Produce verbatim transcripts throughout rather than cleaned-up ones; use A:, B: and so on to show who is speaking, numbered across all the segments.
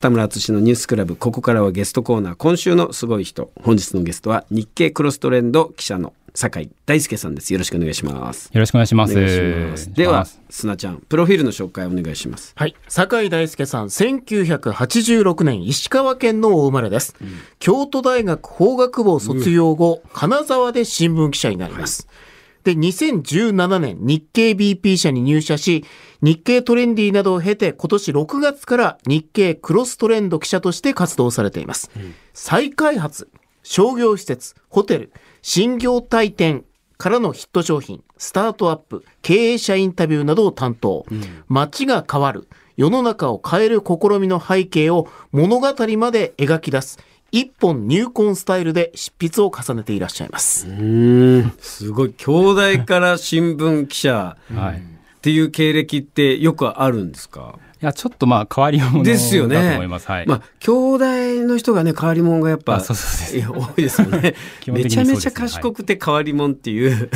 A: 田村敦のニュースクラブ、ここからはゲストコーナー。今週のすごい人、本日のゲストは日経クロストレンド記者の酒井大輔さんです。よろしくお願いします。
B: よろしくお願いします。
A: お願いします。では砂ちゃん、プロフィールの紹介をお願いします。
C: はい、酒井大輔さん、せんきゅうひゃくはちじゅうろくねん石川県のお生まれです、うん、京都大学法学部を卒業後、うん、金沢で新聞記者になります、はい、でにせんじゅうななねん日経 ビーピー 社に入社し、日経トレンディなどを経て今年ろくがつから日経クロストレンド記者として活動されています、うん、再開発、商業施設、ホテル、新業態店からのヒット商品、スタートアップ、経営者インタビューなどを担当、うん、街が変わる、世の中を変える試みの背景を物語まで描き出す一本入魂スタイルで執筆を重ねていらっしゃいます。
A: うーん、すごい。京大から新聞記者っていう経歴ってよくあるんですか？
B: いや、ちょっとまあ変わり者だと思います。ですよね。はい、
A: まあ、京大の人がね、変わり者がやっぱ
B: そうそうそう、
A: いや多いですよね。めちゃめちゃ賢くて変わり者っていう、はい、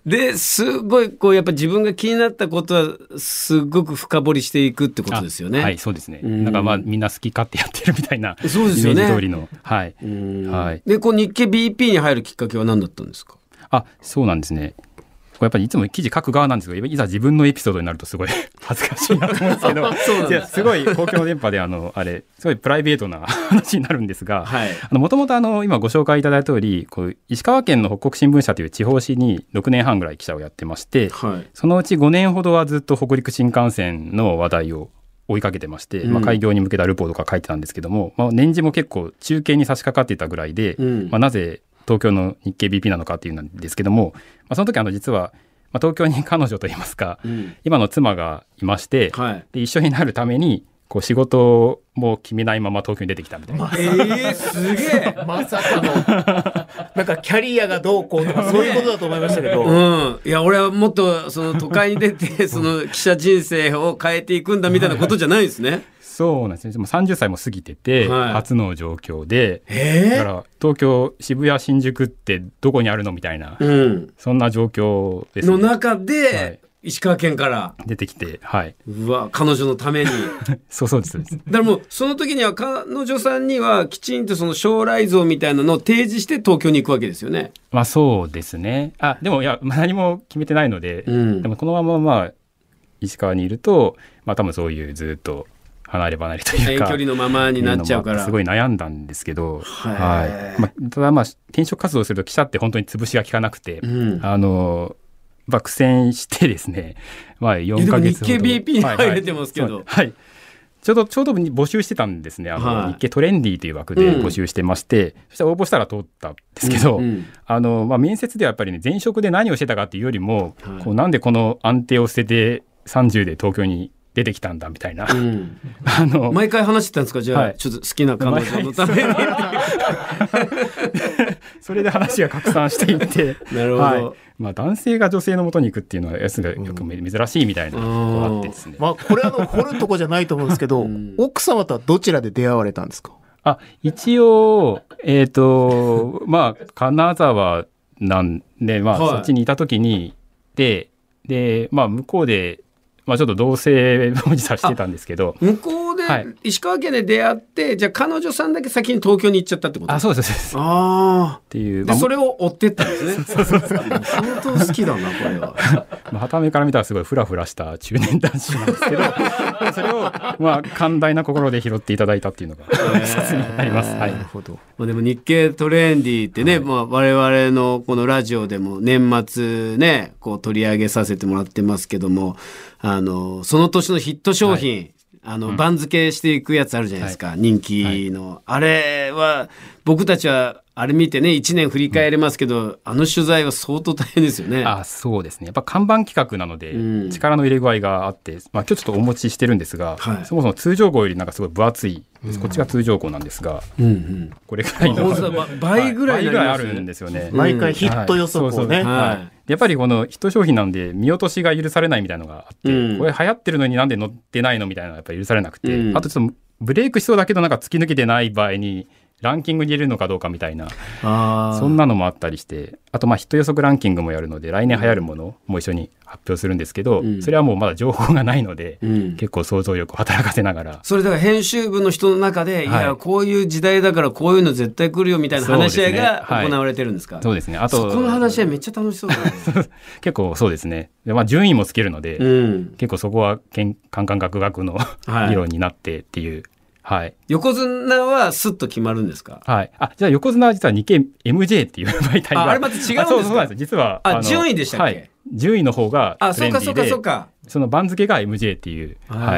A: ですごいこうやっぱ自分が気になったことはすごく深掘りしていくってことですよね。
B: はい、そうですね。なんかまあみんな好き勝手やってるみたいな
A: そうですよね、
B: イメージ通りの、はい、
A: はい、でこう日経 ビーピー に入るきっかけは何だったんですか？
B: あ、そうなんですね。やっぱりいつも記事書く側なんですけど、いざ自分のエピソードになるとすごい恥ずかしいなと思うんですけどいやすごい公共の電波であのあれすごいプライベートな話になるんですが、もともと今ご紹介いただいた通り、こう石川県の北国新聞社という地方紙にろくねんはんぐらい記者をやってまして、はい、そのうちごねんほどはずっと北陸新幹線の話題を追いかけてまして、うん、まあ、開業に向けたルポとか書いてたんですけども、まあ、年次も結構中継に差し掛かっていたぐらいで、うん、まあ、なぜ東京の日経 ビーピー なのかっていうんですけども、まあ、その時あの実はまあ、東京に彼女といいますか、うん、今の妻がいまして、はい、で一緒になるためにこう仕事も決めないまま東京に出てきたみたいな、
A: ま、えー、すげえ
C: まさかのなんかキャリアがどうこうとかそういうことだと思いましたけど、
A: うん、いや俺はもっとその都会に出てその記者人生を変えていくんだみたいなことじゃないですね。
B: そうなんですね。でもさんじゅっさいも過ぎてて、はい、初の状況で、
A: えー、
B: だから東京渋谷新宿ってどこにあるのみたいな、うん、そんな状況ですね。
A: の中で、はい、石川県から
B: 出てきて、はい、
A: うわ彼女のために
B: そうそうですだ
A: からもうその時には彼女さんにはきちんとその将来像みたいなのを提示して東京に行くわけですよね。
B: まあそうですね。あでもいや何も決めてないので、うん、でもこのまままあ石川にいると、まあ、多分そういうずっと離れ離れというか
A: 遠距離のままになっちゃうから
B: すごい悩んだんですけど、はい、まあ、ただまあ転職活動すると記者って本当に潰しが効かなくて、うん、あの苦戦してですね、まあ、よんかげつほど
A: 日経 ビーピー に入れてますけど、はいはい
B: はい、ちょうどちょうど募集してたんですね。あの、はい、日経トレンディという枠で募集してまして、うん、そしたら応募したら通ったんですけど、うんうん、あのまあ、面接ではやっぱりね前職で何をしてたかっていうよりも、はい、こうなんでこの安定を捨ててさんじゅうで東京に出てきたんだみたいな、うん、
A: あの毎回話してたんですか？じゃあ、はい、ちょっと好きな彼女のために
B: それで話が拡散していって
A: なるほど、はい、
B: まあ、男性が女性の元に行くっていうのはやつがよく珍しいみたいなのがあってですね、
C: まあ、これはの掘るとこじゃないと思うんですけど、うん、奥様とはどちらで出会われたんですか？
B: あ一応えっ、ー、とまあ金沢なんで、まあ、はい、そっちにいた時にでで、まあ、向こうでまあ、ちょっと同棲を実はしてたんですけど、
A: 向こうで石川県で出会って、はい、じゃあ彼女さんだけ先に東京に行っちゃったってこと？
B: あ、そうですそうです。
A: あ
B: っていう、
A: で、まあ、それを追ってったんですね。そうそうそう相当好きだなこれは。
B: まあ、傍目から見たらすごいフラフラした中年男子なんですけどそれを、まあ、寛大な心で拾っていただいたっていうのが一つになります。はい、なるほど。
A: まあ、でも日経トレンディってね、はい、まあ、我々のこのラジオでも年末ねこう取り上げさせてもらってますけども、あのその年のヒット商品、はい、あの、うん、番付していくやつあるじゃないですか、はい、人気の、はい、あれは僕たちはあれ見てねいちねん振り返れますけど、うん、あの取材は相当大変ですよね。
B: あ、そうですね。やっぱ看板企画なので、うん、力の入れ具合があって、まあ、今日ちょっとお持ちしてるんですが、はい、そもそも通常号よりなんかすごい分厚い、うん、こっちが通常号なんですが、うんうん、これぐらいの
A: 倍ぐらい、
B: 倍ぐらいあるんですよね。
C: 毎回ヒット予測をね、
B: やっぱりこのヒット商品なんで見落としが許されないみたいなのがあって、うん、これ流行ってるのになんで載ってないのみたいなのがやっぱり許されなくて、うん、あとちょっとブレイクしそうだけどなんか突き抜けてない場合にランキングに入れるのかどうかみたいな、
A: あ
B: そんなのもあったりして、あとまあヒット予測ランキングもやるので来年流行るものも一緒に発表するんですけど、うん、それはもうまだ情報がないので、うん、結構想像力を働かせながら、
A: それだから編集部の人の中で、はい、いやこういう時代だからこういうの絶対来るよみたいな話し合いが行われてるんですか？
B: そうですね、はい、
A: そうですね。あとそこの話し合いめっちゃ楽しそうだね
B: 結構そうですね。で、まあ、順位もつけるので、うん、結構そこはカンカンガクガクの議論になってっていう、はい、
A: 横綱はスッと決まるんですか？
B: はい、あ、じゃあ横綱は実は日経 エムジェー っていう媒体が
A: あ, あれまた違うんですか？
B: そうそうなんです。実は
A: あ順位でしたっけ？はい、
B: 順位の方がトレンディーで、あ、そうかそうかそうか、その番付が エムジェー っていう、はい、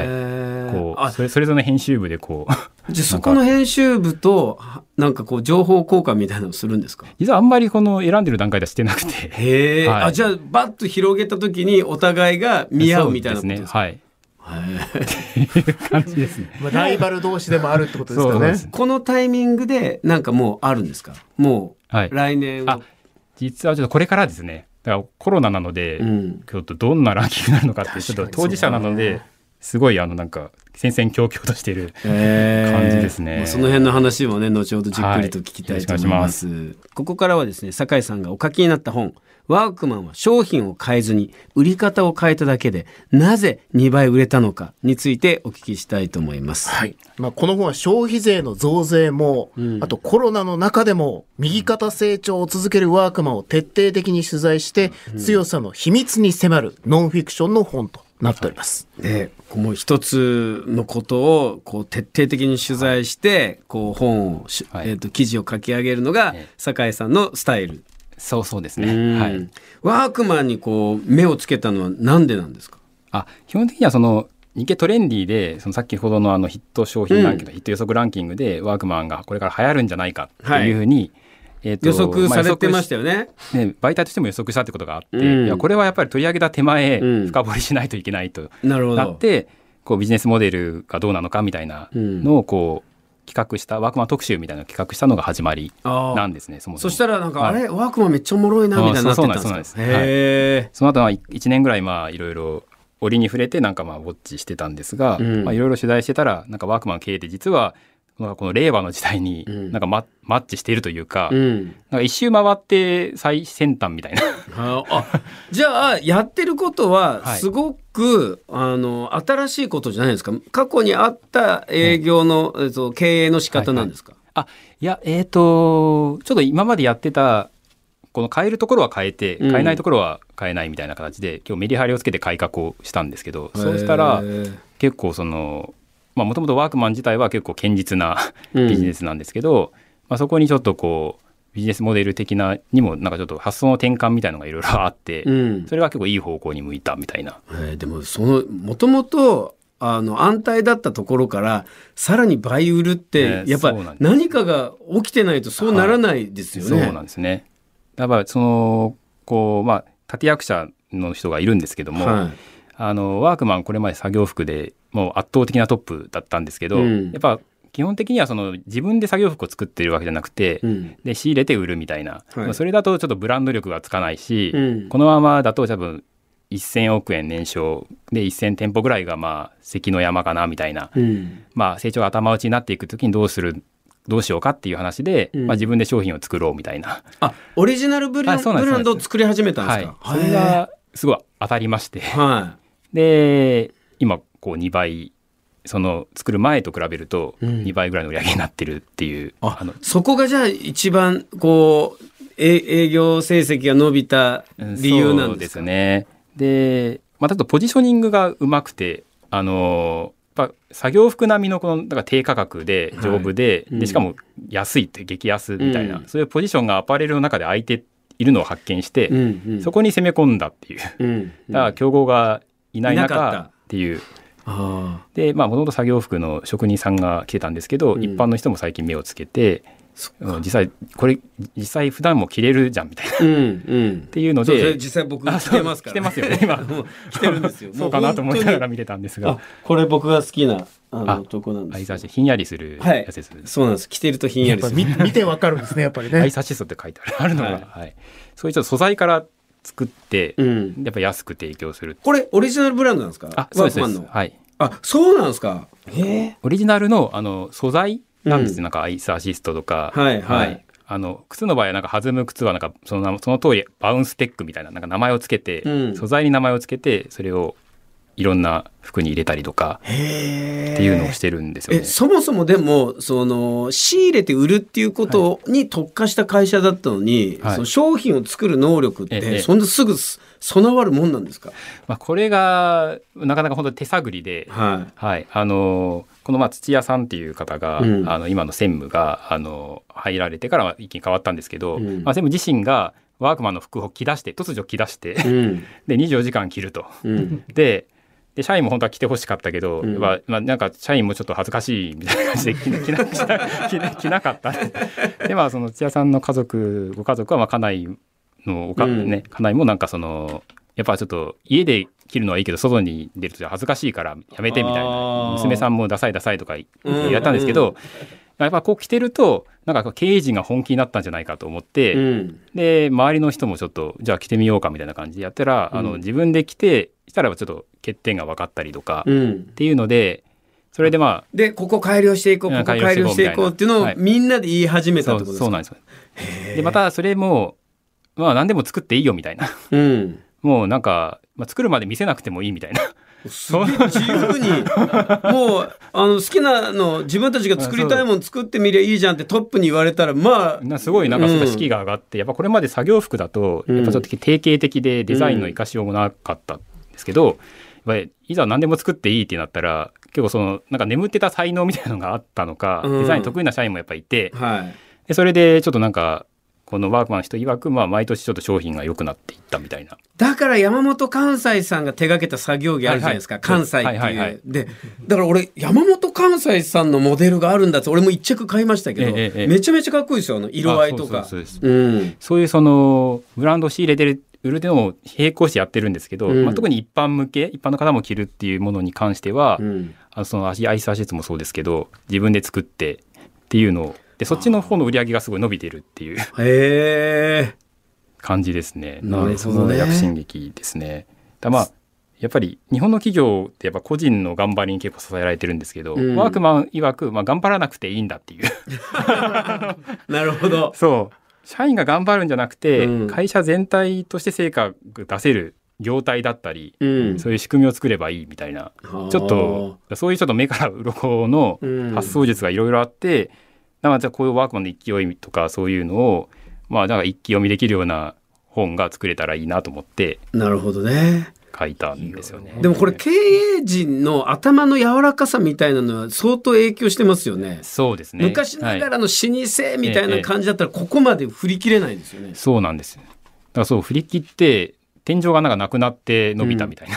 B: こう そ, れそれぞれの編集部でこう
A: じゃあそこの編集部となんかこう情報交換みたいなのをするんですか？
B: 実はあんまりこの選んでる段階ではしてなくて、
A: へー、はい、あ、じゃあバッと広げた時にお互いが見合うみたいなことですか？
B: そうですね、はいっていう感じですね
C: まあライバル同士でもあるってことですかね。
A: このタイミングでなんかもうあるんですか？もう来年、
B: はい、あ、実はちょっとこれからですね。だからコロナなので、うん、ちょっとどんなランキングになるのかってちょっと当事者なのですごいあのなんか戦々恐々としている感じですね。
A: まあ、その辺の話もね後ほどじっくりと聞きたいと思います。はい、ここからはですね酒井さんがお書きになった本ワークマンは商品を変えずに売り方を変えただけでなぜにばい売れたのかについてお聞きしたいと思います。
C: はい、まあ、この本は消費税の増税も、うん、あとコロナの中でも右肩成長を続けるワークマンを徹底的に取材して、うん、強さの秘密に迫るノンフィクションの本となっております。
A: はい、でもう一つのことをこう徹底的に取材してこう本を、はい、えーと記事を書き上げるのが酒井さんのスタイル。
B: そうそうですね、はい、
A: ワークマンにこう目をつけたのはなんでなんですか？
B: あ、基本的にはその日経トレンディでそのさっきほどのあのヒット商品ランキング、うん、ヒット予測ランキングでワークマンがこれから流行るんじゃないかっていうふうに、はい、えー、と
A: 予測されてましたよね。
B: まあ、ね、媒体としても予測したってことがあって、うん、いやこれはやっぱり取り上げた手前、うん、深掘りしないといけないとなってこうビジネスモデルがどうなのかみたいなのをこう企画したワークマン特集みたいなのを企画したのが始まりなんですね。そもそも
A: そしたらなんか、はい、あれワークマンめっちゃおもろいなみたいになってたんですか？そうなんです、そうなんです。へー、はい、その後はいちねんぐらいまあいろいろ折に触れてなんかまあウォッチしてたんですが、うん、まあいろいろ取材してたらなんかワークマン経営って実はこの令和の時代になんか マ,、うん、マッチしているというか、うん、なんか一周回って最先端みたいなああ、じゃあやってることはすごく、はい、あの新しいことじゃないですか？過去にあった営業の、うん、経営の仕方なんですか？
B: はいはい、あ、いや、えーとちょっと今までやってたこの変えるところは変えて変えないところは変えないみたいな形で、うん、今日メリハリをつけて改革をしたんですけど、そうしたら結構そのもともとワークマン自体は結構堅実なビジネスなんですけど、うん、まあ、そこにちょっとこうビジネスモデル的なにもなんかちょっと発想の転換みたいなのがいろいろあって、うん、それが結構いい方向に向いたみたいな。
A: えー、でもそのもともとあの安泰だったところからさらに倍売るってやっぱ何かが起きてないとそうならないですよね。
B: はい、そうなんですね。だからそのこう、まあ、立役者の人がいるんですけども、はい、あのワークマンこれまで作業服でもう圧倒的なトップだったんですけど、うん、やっぱ基本的にはその自分で作業服を作ってるわけじゃなくて、うん、で仕入れて売るみたいな、はい、それだとちょっとブランド力がつかないし、うん、このままだと多分せんおくえん年商でせん店舗ぐらいがまあ関の山かなみたいな、うん、まあ、成長が頭打ちになっていくときにどうするどうしようかっていう話で、うん、まあ、自分で商品を作ろうみたいな。
A: あ、オリジナルブラン、ブランドを作り始めたんですか？
B: はい、それがすごい当たりまして、はい、で今こうにばいその作る前と比べるとにばいぐらいの売り上げになってるっていう、うん、
A: ああのそこがじゃあ一番こう営業成績が伸びた理由なんですか？そうです
B: ね。で、まあ、ちょっとポジショニングがうまくて、あのやっぱ作業服並みのこのだから低価格で丈夫で、はい、でしかも安いって激安みたいな、うん、そういうポジションがアパレルの中で空いているのを発見して、うんうん、そこに攻め込んだっていう、うんうん、だから競合がいない中っていう。あで、まあ、もともと作業服の職人さんが来てたんですけど、うん、一般の人も最近目をつけて、実際これ実際普段も着れるじゃんみたいな、うんうん、っていうので、
A: 実際僕着てますから、ね、
B: 着てますよね今
A: 着てるんですよ
B: そうかなと思いながら見てたんですが、
A: これ僕が好きなあのとこなんです。
B: アイサシひんやりするやつです、
A: はい、そうなんです。着てるとひんやりする。
C: 見, 見てわかるんですねやっぱりね。
B: アイサシソって書いてあるのが、はいはい、そういうちょっと素材から作って、うん、やっぱ安く提供する。
A: これオリジナルブランドなんですか？
B: あ、そうです。はい。
A: あ、そうなんですか。へ
B: オリジナルのあの素材なんですよ、なんかアイスアシストとか、
A: はいはい、
B: あの靴の場合はなんか弾む靴はなんかその、その通りバウンステックみたいな、なんか名前をつけて、うん、素材に名前をつけてそれをいろんな服に入れたりとかっていうのをしてるんですよね。
A: えそもそもでもその仕入れて売るっていうことに特化した会社だったのに、はい、その商品を作る能力ってそんなすぐ備わるもんなんですか？
B: まあ、これがなかなか本当に手探りで、はいはい、あのこのまあ土屋さんっていう方が、うん、あの今の専務があの入られてからは一気に変わったんですけど、うん、まあ、専務自身がワークマンの服を着出して突如着出して、うん、でにじゅうよじかん着ると、うん、でで社員も本当は来てほしかったけど、うん、まあまあ、なんか社員もちょっと恥ずかしいみたいな感じで着な, 着な, 着な, 着なかったで、まあ、その土屋さんの家族ご家族はまあ家内のおか、うんね、家内もなんかそのやっぱちょっと家で着るのはいいけど外に出ると恥ずかしいからやめてみたいな、娘さんもダサいダサいとかやったんですけど、うんうん、やっぱこう着てるとなんか経営陣が本気になったんじゃないかと思って、うん、で周りの人もちょっとじゃあ着てみようかみたいな感じでやったら、うん、あの自分で着てしたらちょっと欠点が分かったりとか、うん、っていうのでそれでまあ
A: でここ改良していこうここ改良していこうっていうのをみんなで言い始めたってことですか？
B: そうなんですよ。でまたそれもまあ何でも作っていいよみたいな、うん、もうなんか、まあ、作るまで見せなくてもいいみたいな
A: すげえ自由にもうあの好きなの自分たちが作りたいもの作ってみりゃいいじゃんってトップに言われたらまあ
B: すごいなんか士気が上がって、うん、やっぱこれまで作業服だとやっぱちょっと定型的でデザインの生かしようもなかったんですけど、うん、やっぱりいざ何でも作っていいってなったら結構そのなんか眠ってた才能みたいなのがあったのか、うん、デザイン得意な社員もやっぱりいて、はい、でそれでちょっとなんかこのワークマンの人曰く、まあ、毎年ちょっと商品が良くなっていったみたいな。
A: だから山本関西さんが手掛けた作業着あるじゃないですか、はいはい、関西っていう、はいはいはい、でだから俺山本関西さんのモデルがあるんだって俺も一着買いましたけど、ええええ、めちゃめちゃかっこいいですよ、あの色合いとか。
B: そういうそのブランドを仕入れてる売るのを並行してやってるんですけど、うん、まあ、特に一般向け一般の方も着るっていうものに関しては、うん、あのそのアイスアシストもそうですけど自分で作ってっていうのをでそっちの方の売り上げがすごい伸びてるっていう感じですね。なるほどね。躍進劇ですね。だまあやっぱり日本の企業ってやっぱ個人の頑張りに結構支えられてるんですけど、うん、ワークマン曰く、まあ、頑張らなくていいんだっていう
A: なるほど。
B: そう社員が頑張るんじゃなくて、うん、会社全体として成果が出せる業態だったり、うん、そういう仕組みを作ればいいみたいな、うん、ちょっとそういうちょっと目から鱗の発想術がいろいろあって、だからじゃあこういうワークマンの勢いとかそういうのをまあだから一気読みできるような本が作れたらいいなと思って
A: なるほどね
B: 書いたんですよね。
A: でもこれ経営陣の頭の柔らかさみたいなのは相当影響してますよね。
B: そうですね。
A: 昔ながらの老舗みたいな感じだったらここまで振り切れないんですよね、
B: ええええ、そうなんです。だからそう振り切って天井がなんかなくなって伸びたみたいな、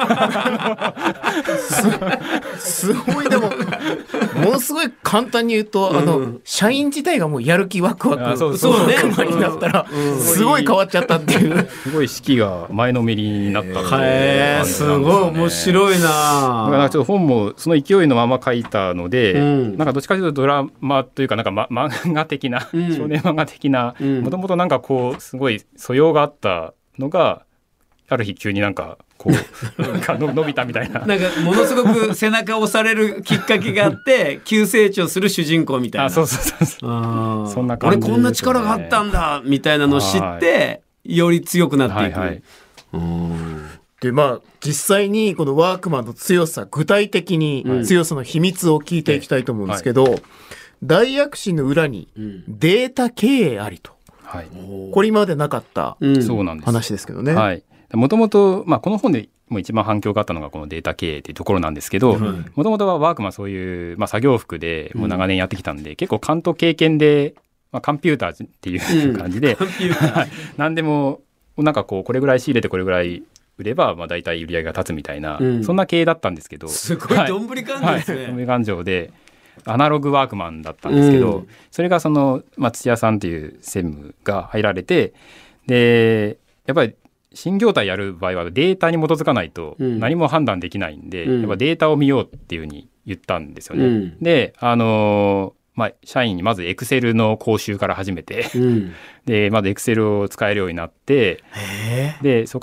C: うん、す, すごいでもものすごい簡単に言うと、うん、あの社員自体がもうやる気ワクワク
A: そうそうね
C: になったら、うん、すごい変わっちゃったっていう
B: すごい士気が前のめりになったっていう、
A: えー、すごい面白いな。だ
B: からちょっと本もその勢いのまま書いたので、うん、なんかどっちかというとドラマというかなんか、ま、漫画的な、うん、少年漫画的なもともとなんかこうすごい素養があったのがある日急になんかこうなんか伸びたみたいな
A: なんかものすごく背中を押されるきっかけがあって急成長する主人公みたいな。
B: あそうそうそうそうあそんな感じですね。
A: 俺こんな力があったんだみたいなのを知ってより強くなっていく、はいはい、
C: うんでまあ実際にこのワークマンの強さ具体的に強さの秘密を聞いていきたいと思うんですけど、はいはい、大躍進の裏にデータ経営ありと、はい、これ今までなかった話ですけどね。はい、
B: もともとこの本でも一番反響があったのがこのデータ経営っていうところなんですけど、もともとはワークマンそういう、まあ、作業服でもう長年やってきたんで、うん、結構勘と経験で、まあ、コンピューターっていう感じで、うん、何でもなんかこうこれぐらい仕入れてこれぐらい売ればまあ大体売り上げが立つみたいな、うん、そんな経営だったんですけど、
A: すごいどんぶり勘定ですね。
B: どんぶり勘定でアナログワークマンだったんですけど、うん、それがその、まあ、土屋さんっていう専務が入られて、でやっぱり新業態やる場合はデータに基づかないと何も判断できないんで、うん、やっぱデータを見ようっていうふうに言ったんですよね、うん、であのーまあ、社員にまずエクセルの講習から始めて、うん、でまずエクセルを使えるようになって、でそこから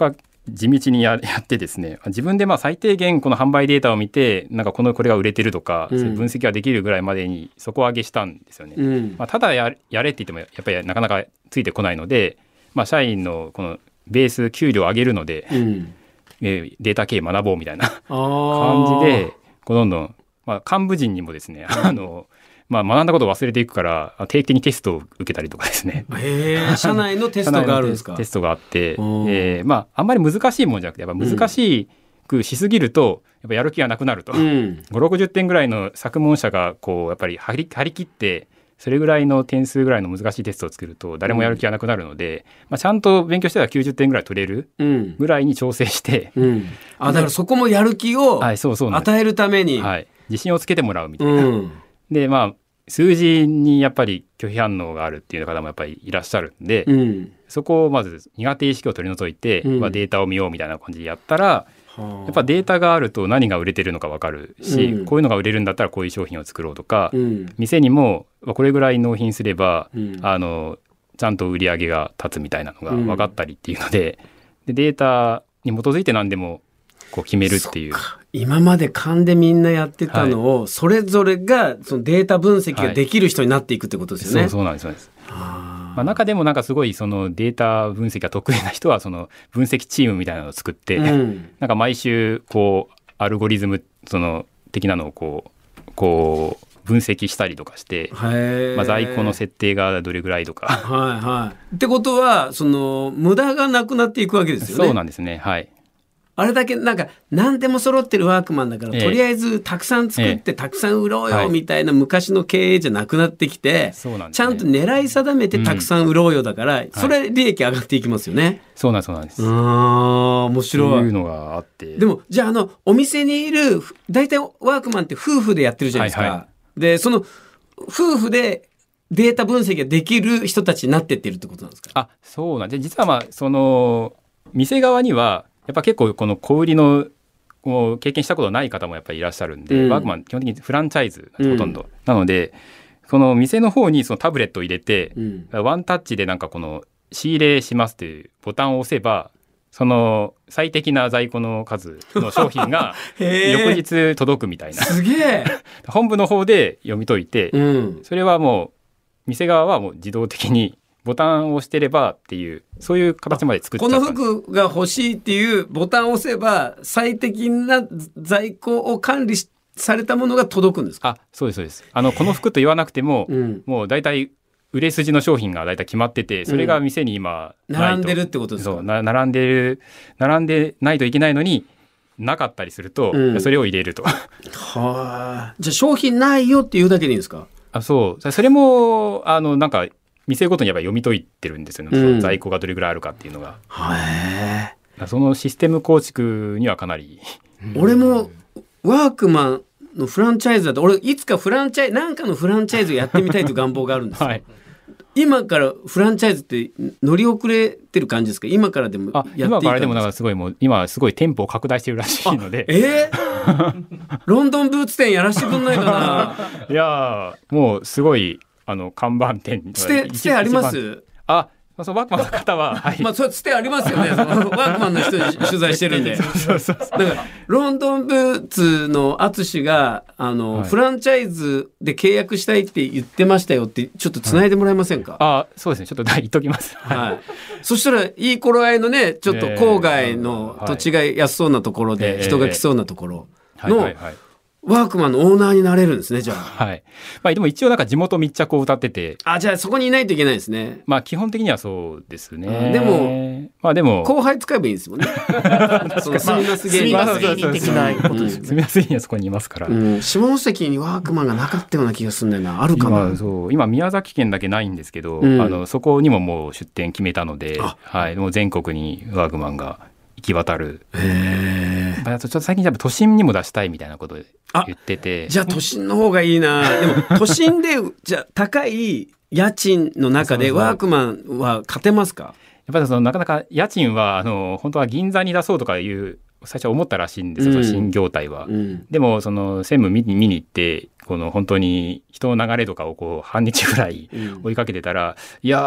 B: 地道に や, やってですね、自分でまあ最低限この販売データを見てなんかこのこれが売れてるとか、うん、そういう分析ができるぐらいまでに底上げしたんですよね、うんまあ、ただ や, やれって言ってもやっぱりなかなかついてこないので、まあ、社員のこのベース給料を上げるので、うんえー、データ経営学ぼうみたいな感じでこうどんどん、まあ、幹部陣にもですねあのまあ、学んだことを忘れていくから定期的にテストを受けたりとかですね。
A: へー、社内のテストがあるんですか。
B: テストがあって、えーまあ、あんまり難しいもんじゃなくてやっぱ難しくしすぎるとやっぱやる気がなくなると、うん、ごじゅうろくじゅってんぐらいの作問者がこうやっぱり張り、張り切ってそれぐらいの点数ぐらいの難しいテストを作ると誰もやる気がなくなるので、うんまあ、ちゃんと勉強してたらきゅうじゅってんぐらい取れるぐらいに調整して、うんうん、
A: あだからそこもやる気を与えるために、
B: はい、自信をつけてもらうみたいな、うん、でまあ数字にやっぱり拒否反応があるっていう方もやっぱりいらっしゃるんで、うん、そこをまず苦手意識を取り除いて、うんまあ、データを見ようみたいな感じでやったら、うん、やっぱデータがあると何が売れてるのか分かるし、うん、こういうのが売れるんだったらこういう商品を作ろうとか、うん、店にもこれぐらい納品すれば、うん、あのちゃんと売り上げが立つみたいなのが分かったりっていうので、うん、でデータに基づいて何でもこう決めるっていう。
A: 今まで勘でみんなやってたのを、はい、それぞれがそのデータ分析ができる人になっていくってことですよね、
B: はい、そうそうなんです、そうです。まあ、中でもなんかすごいそのデータ分析が得意な人はその分析チームみたいなのを作って、うん、なんか毎週こうアルゴリズムその的なのをこうこう分析したりとかして、まあ、在庫の設定がどれぐらいとか
A: はいはい。ってことはその無駄がなくなっていくわけですよね。
B: そうなんですね。はい。
A: あれだけなんか何でも揃ってるワークマンだから、ええ、とりあえずたくさん作ってたくさん売ろうよみたいな昔の経営じゃなくなってきて、はいね、ちゃんと狙い定めてたくさん売ろうよだから、うん、それ利益上がっていきますよね、はい、
B: そうなんそうなんです。
A: あー面白い。
B: そういうのがあって、
A: でもじゃああのお店にいる大体ワークマンって夫婦でやってるじゃないですか、はいはい、でその夫婦でデータ分析ができる人たちになってってるってことなんですか。
B: あ、そうなんで実はまあその店側にはやっぱ結構この小売りのこう経験したことない方もやっぱりいらっしゃるんで、うん、ワークマン基本的にフランチャイズほとんど、うん、なのでその店の方にそのタブレットを入れて、うん、ワンタッチでなんかこの仕入れしますっていうボタンを押せばその最適な在庫の数の商品が翌日届くみたいな
A: すげえ
B: 本部の方で読み解いて、うん、それはもう店側はもう自動的にボタンを押してればっていうそういう形まで作っちゃったんです。
A: この服が欲しいっていうボタンを押せば最適な在庫を管理されたものが届くんですか。
B: あ、そうですそうです。あのこの服と言わなくても、うん、もうだいたい売れ筋の商品がだいたい決まっててそれが店に今
A: ないと、うん、並んでるってことですか。
B: そうな並んでる並んでないといけないのになかったりすると、うん、それを入れるとは
A: あ。じゃあ商品ないよっていうだけでいいんですか。
B: あ、そうそれもあのなんか店ごとにやっぱ読み解いてるんですよね、うん、その在庫がどれぐらいあるかっていうのが。へー。そのシステム構築にはかなり
A: 俺もワークマンのフランチャイズだと俺いつかフランチャイズなんかのフランチャイズをやってみたいという願望があるんですよ、はい、今からフランチャイズって乗り遅れてる感じですか。今からでもやっていいか。
B: 今からでもなんかすごいもう今すごい店舗を拡大してるらしいので。
A: えー、ロンドンブーツ店やらせてくんないかな。
B: いやもうすごいあの看板店
A: つてつてあります。
B: あ、そのワークマンの方は、はい、
A: まあそれつてありますよね。そのワークマンの人に取材してるんで。そうそうそう。だからロンドンブーツの淳があの、はい、フランチャイズで契約したいって言ってましたよってちょっとつないでもらえませんか。
B: はい、あ、そうですね。ちょっと言っときます。
A: はい。そしたらいい頃合いのね、ちょっと郊外の土地が安そうなところで人が来そうなところの。はいはいはい。ワークマンのオーナーになれるんですね。じゃあ、
B: はい。まあでも一応なんか地元密着を謳ってて、
A: あ、じゃあそこにいないといけないですね。
B: まあ基本的にはそうですね。
A: でもまあでも後輩使えばいいんですもんね。その住みます芸人的なことですよね。
B: 住みやすいにはそこにいますから。
A: うん、下関にワークマンがなかったような気がするんだよな。あるかな。
B: 今そう今宮崎県だけないんですけど、うん、あのそこにももう出店決めたので、はい。もう全国にワークマンが行き渡る。へー。ちょっと最近やっぱ都心にも出したいみたいなことで言ってて。
A: じゃあ都心の方がいいな。でも都心でじゃあ高い家賃の中でワークマンは勝てますか。
B: やっぱりそのなかなか家賃はあの本当は銀座に出そうとかいう最初は思ったらしいんですよ、うん、新業態は、うん、でもその専務見に見に行ってこの本当に人の流れとかをこう半日ぐらい追いかけてたら、うん、いや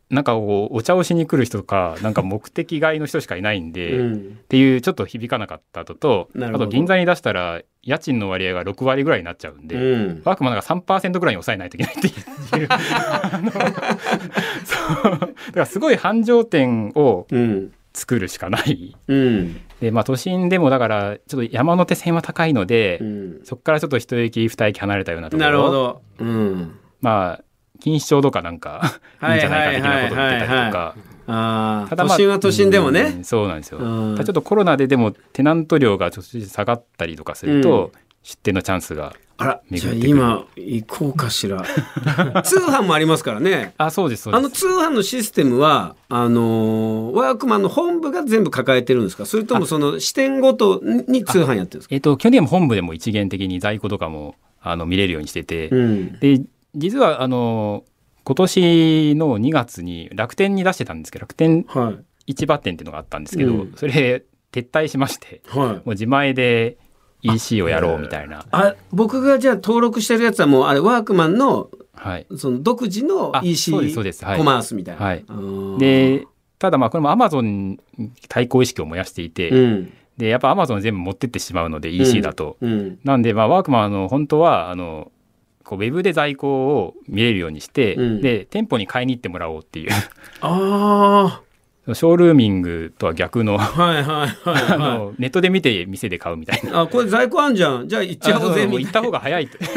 B: なんかこうお茶をしに来る人とかなんか目的外の人しかいないんで、
A: うん、
B: っていうちょっと響かなかったのと、
A: あ
B: と銀座に出したら家賃の割合がろくわりぐらいになっちゃうんで、うん、ワークマンが さんパーセント ぐらいに抑えないといけないっていうあのそうだからすごい繁盛店を作るしかない、うん、でまあ都心でもだからちょっと山手線は高いので、うん、そこからちょっと一駅二駅離れたようなところ、
A: なるほど、うん、
B: まあ錦糸町とかなんかいいんじゃないか的なことを言ってたりとか、
A: あただ、まあ、都心は都心でもね、
B: うん、そうなんですよ、うん、ただちょっとコロナででもテナント料がちょっと下がったりとかすると、うん、出店のチャンスが
A: あらじゃあ今行こうかしら通販もありますからね。
B: あそうですそうです。
A: あの通販のシステムはあのー、ワークマンの本部が全部抱えてるんですか、それともその支店ごとに通販やってるんですか。
B: えっと基本的に本部でも一元的に在庫とかもあの見れるようにしてて、うん、で実はあの今年のにがつに楽天に出してたんですけど、楽天市場店っていうのがあったんですけど、はい、うん、それ撤退しまして、はい、もう自前で イーシー をやろうみたいな。
A: あ、僕がじゃあ登録してるやつはもうあれワークマンの、はい、その独自の イーシー コマースみたいな。はい、
B: でただまあこれも Amazon に対抗意識を燃やしていて、うん、でやっぱ Amazon 全部持ってってしまうので イーシー だと、うんうん、なんでまあワークマンの本当はあのこうウェブで在庫を見れるようにして、うん、で店舗に買いに行ってもらおうっていうあショールーミングとは逆の、はいはいはいはい、あのネットで見て店で買うみたいな。
A: あこれ在庫あんじゃん、じゃあ行っちゃおうぜみたいな。
B: 行った方が早いと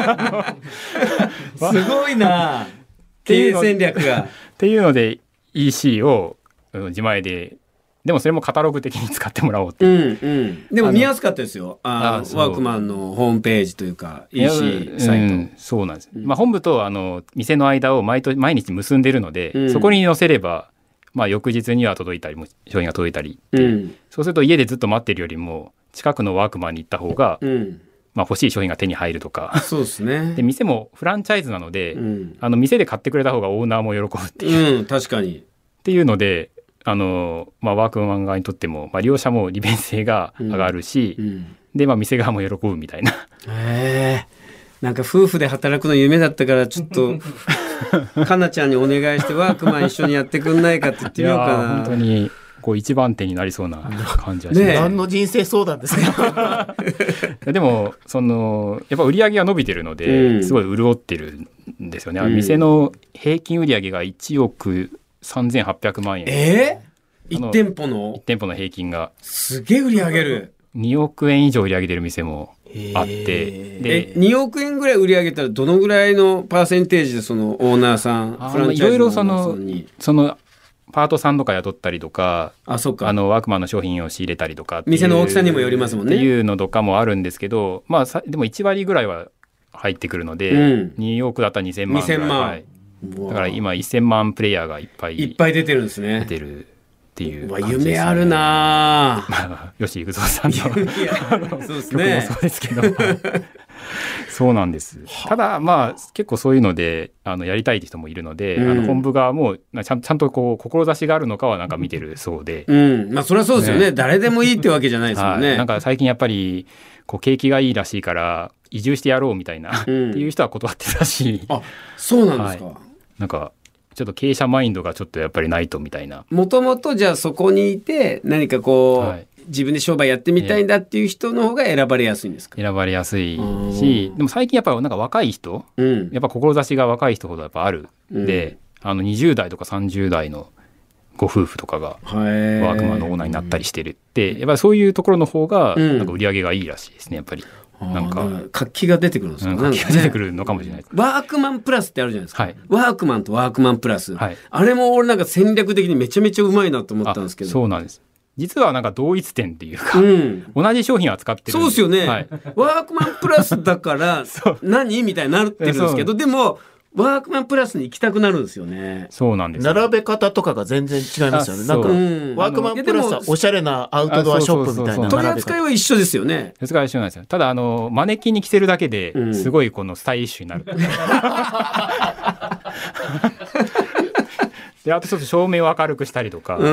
A: すごいな経営戦略が
B: っていうので イーシー を自前で、でもそれもカタログ的に使ってもらおうっていう、
A: うんうん、でも見やすかったですよ、ああワークマンのホームページというか イーシー サイト、うん、
B: そうなんです、うん、まあ、本部とあの店の間を毎年毎日結んでるので、うん、そこに載せれば、まあ、翌日には届いたり商品が届いたりっていう、うん、そうすると家でずっと待ってるよりも近くのワークマンに行った方が、うん、まあ、欲しい商品が手に入るとか。
A: そうですね。
B: で店もフランチャイズなので、うん、あの店で買ってくれた方がオーナーも喜ぶっていう、
A: うん、確かに
B: っていうのであの、まあ、ワークマン側にとっても、まあ、利用者も利便性が上がるし、うんうん、で、まあ、店側も喜ぶみたいな。
A: へー、なんか夫婦で働くの夢だったからちょっとかなちゃんにお願いしてワークマン一緒にやってくんないかって言ってみようかな。
B: 本当にこう一番手になりそうな感じはします、
C: ね、何の人生相談ですか
B: でもそのやっぱ売り上げが伸びてるので、うん、すごい潤ってるんですよね、うん、店の平均売り上げがいちおくさんぜんはっぴゃくまんえん。
A: えー、いち店舗の
B: いち店舗の平均が
A: すげえ売り上げる。
B: におくえん以上売り上げてる店もあって、
A: でにおくえんぐらい売り上げたらどのぐらいのパーセンテージでそのオーナーさん、フランチャイズのオーナーさんに、
B: いろいろそのそのパートさんとか雇ったりとか、
A: あ、そっか、
B: あのワークマンの商品を仕入れたりとか
A: 店の大きさにもよりますもんね
B: っていうのとかもあるんですけど、まあさでもいちわりぐらいは入ってくるので、うん、におくだったらにせんまんぐらい、にせんまん、はい、だから今せんまんプレイヤーがいっぱい
A: いっぱい出てるんですね。
B: 出てるっていう
A: 感じですね。夢あるな
B: 吉幾三さんの
A: そうですね、
B: 曲もそうですけどそうなんです。ただまあ結構そういうのであのやりたい人もいるので、うん、あの本部側もちゃん、ちゃんとこう志があるのかはなんか見てるそうで、
A: うん、まあそれはそうですよね、誰でもいいってわけじゃないですもんね、
B: はい、なんか最近やっぱりこう景気がいいらしいから移住してやろうみたいな、うん、っていう人は断ってるらしい。
A: あ、そうなんですか、はい、
B: なんかちょっと経営者マインドがちょっとやっぱりないとみたいな。
A: もともとじゃあそこにいて何かこう、はい、自分で商売やってみたいんだっていう人の方が選ばれやすいんですか。
B: 選ばれやすいし、でも最近やっぱなんか若い人、うん、やっぱ志が若い人ほどやっぱあるんで、うん、あのにじゅうだいとかさんじゅうだいのご夫婦とかがワークマンのオーナーになったりしてるって、やっぱりそういうところの方がなんか売り上げがいいらしいですね、やっぱり。なんか
A: 活気が出てくるんですか、うん、
B: 活気が出てくるのかもしれない。
A: ワークマンプラスってあるじゃないですか、はい、ワークマンとワークマンプラス、はい、あれも俺なんか戦略的にめちゃめちゃうまいなと思ったんですけど。
B: そうなんです。実はなんか同一店っていうか、うん、同じ商品を扱ってるんで。
A: そうですよね、はい、ワークマンプラスだから何みたいになってるんですけど、でもワークマンプラスに行きたくなるんですよね。
B: そうなんです。
C: 並べ方とかが全然違いますよね。なんか、うん、ワークマンプラスはおしゃれなアウトドアショップみたいな
A: 取り扱いは一緒ですよね。
B: 取り扱いは一緒なんですよ。ただあのマネキンに着せるだけですごいこのスタイリッシュになる、うん、であとちょっと照明を明るくしたりとか、うん、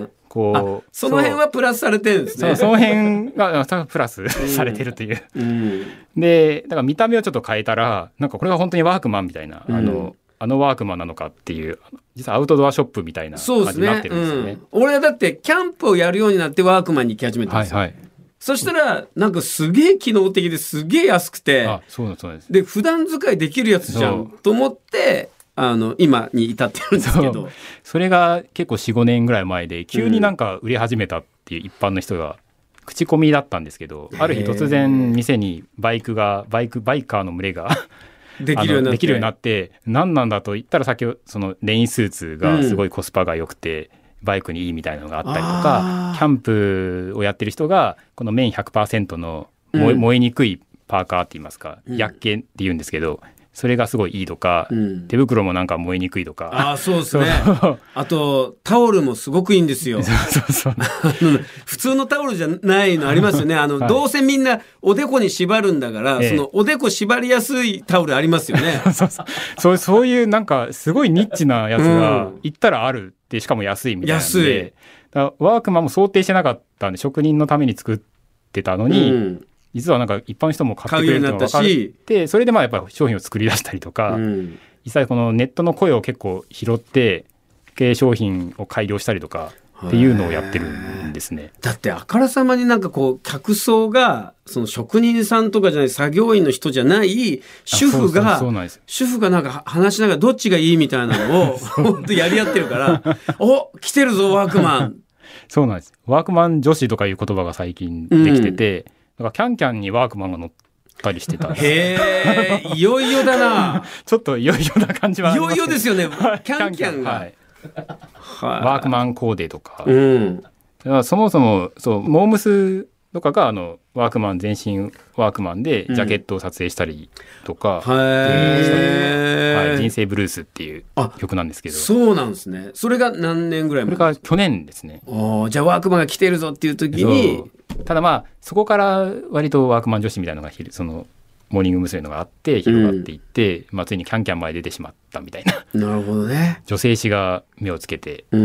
B: こう
A: その辺はプラスされてるんですね。
B: その辺がプラスされてるという、うん、でだから見た目をちょっと変えたらなんかこれが本当にワークマンみたいな、うん、あのあのワークマンなのかっていう実はアウトドアショップみたいな感じになってるんですよね。
A: うん、俺はだってキャンプをやるようになってワークマンに行き始めたんですよ、
B: はいはい、
A: そしたらなんかすげえ機能的ですげえ安くて、
B: あ、そうですそうです。
A: で普段使いできるやつじゃんと思ってあの今に至ってるんですけど、
B: そ, それが結構 よん,ご 年ぐらい前で急になんか売れ始めたっていう一般の人が、口コミだったんですけど、ある日突然店にバイクがバイクバイカーの群れが
A: できるようになって、
B: できるようになって何なんだと言ったら、先ほどそのレインスーツがすごいコスパが良くて、うん、バイクにいいみたいなのがあったりとか、キャンプをやってる人がこの綿 ひゃくパーセント の燃え、うん、燃えにくいパーカーって言いますか、うん、薬系って言うんですけど、それがすごいいいとか、うん、手袋もなんか燃えにくいとか、
A: あ、そうですねあとタオルもすごくいいんですよそうそうそう普通のタオルじゃないのありますよね、あの、はい、どうせみんなおでこに縛るんだから、ええ、そのおでこ縛りやすいタオルありますよね
B: そうそうそう、そういうなんかすごいニッチなやつが行ったらあるって、しかも安いみたいなんで、安い。だからワークマンも想定してなかったんで、職人のために作ってたのに、うん、実はなんか一般の人も買ってくれるのが分かって、それでまあやっぱり商品を作り出したりとか、うん、実際このネットの声を結構拾って経営商品を改良したりとかっていうのをやってるんですね。
A: だってあからさまになんかこう客層がその職人さんとかじゃない、作業員の人じゃない主婦が、そうそうそうなんです。主婦がなんか話しながらどっちがいいみたいなのを本当やり合ってるからお、来てるぞワークマン
B: そうなんです。ワークマン女子とかいう言葉が最近できてて、うん、だからキャンキャンにワークマンが乗ったりしてた。
A: へー、いよいよだな
B: ちょっといよいよな感じはあります。
A: いよいよですよねキャンキャンが、はい、
B: ワークマンコーデとか、
A: うん、
B: だからそもそもそうモームスとかがあのワークマン全身ワークマンでジャケットを撮影したりとか、うん、はい、人生ブルースっていう曲なんですけど。
A: そうなんですね。それが何年ぐらい前？
B: それが去年ですね。
A: お、じゃあワークマンが来てるぞっていう時に、
B: ただまあそこから割とワークマン女子みたいなのがそのモーニング娘。のがあって広がっていって、うん、まあ、ついにキャンキャンまで出てしまったみたいな。
A: なるほどね。
B: 女性誌が目をつけて、うん、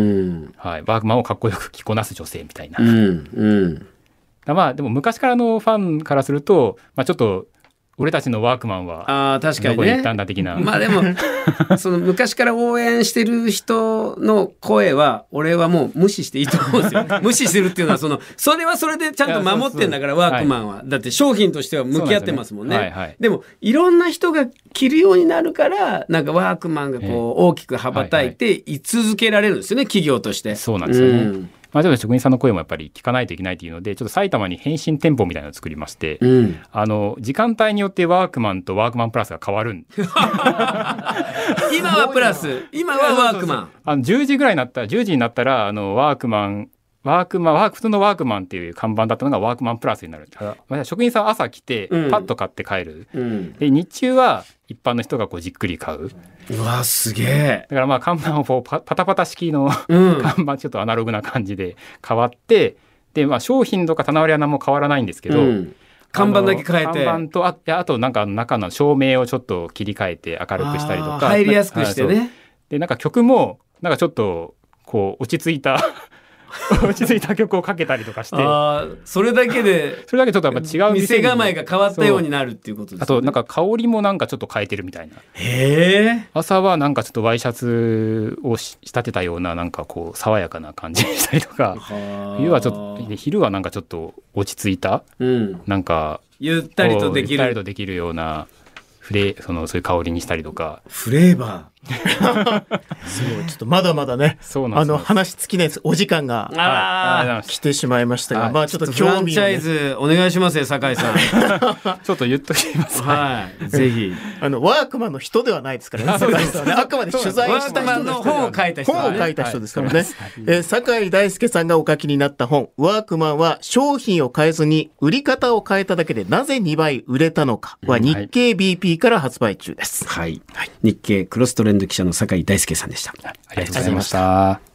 B: はい、ワークマンをかっこよく着こなす女性みたいな、
A: うんうん、
B: まあでも昔からのファンからすると、まあ、ちょっと俺たちのワークマンは
A: あ、確かにね、
B: どこに行ったんだ的な。
A: まあでもその昔から応援してる人の声は俺はもう無視していいと思うんですよ無視するっていうのはそのそれはそれでちゃんと守ってんだから、ワークマンは、はい、だって商品としては向き合ってますもんね。で, ね、はいはい、でもいろんな人が着るようになるからなんかワークマンがこう大きく羽ばたいて居続けられるんですよね、企業として。
B: そうなんですよね、うん、まあ、ちょっと職人さんの声もやっぱり聞かないといけないというので、ちょっと埼玉に変身店舗みたいなのを作りまして、うん、あの時間帯によってワークマンとワークマンプラスが変わるん今
A: はプラス、今はワークマン。
B: あのじゅうじぐらいになったら、じゅうじになったらあのワークマンワークマンワーク普通のワークマンっていう看板だったのがワークマンプラスになる。まあ、職人さんは朝来てパッと買って帰る、うん、で日中は一般の人がこうじっくり買う。
A: うわすげえ。
B: だからまあ看板をこうパタパタ式の、うん、看板ちょっとアナログな感じで変わって、でまあ商品とか棚割りは何も変わらないんですけど、うん、
A: 看板だけ変えて、
B: 看板と あ, あとなんか中の照明をちょっと切り替えて明るくしたりとか
A: 入りやすくしてね。
B: でなんか曲もなんかちょっとこう落ち着いた落ち着いた曲をかけたりとかして、
A: あ、それだけで
B: それだけちょっとやっぱ違う
A: 店構えが変わったようになるっていうことですね。
B: あとなんか香りもなんかちょっと変えてるみたいな。
A: へー。
B: 朝はなんかちょっとワイシャツを仕立てたようななんかこう爽やかな感じにしたりとか、冬はちょっと昼はなんかちょっと落ち着いた、うん、なんか
A: ゆったりとできる
B: ゆったりとできるようなフレそのそういう香りにしたりとか。
A: フレーバー
C: すごい、ちょっとまだまだね、あの話尽きないです。お時間が来てしまいましたが、まあちょっと興味を、ね、
A: フランチャイズお願いしますよ酒井さん
B: ちょっと言っときます、
A: はい、ぜひ
C: あのワークマンの人ではないですからね、酒井さんはね、あくまで取材した人ですから、
A: 本を書いた人、ね、
C: 本を書いた人ですからね、はい、えー、酒井大輔さんがお書きになった本、ワークマンは商品を変えずに売り方を変えただけでなぜにばい売れたのかは日経 ビーピー から発売中です。
A: はい、はい、日経クロストレンド記者の酒井大輔さんでした。
B: ありがとうございました。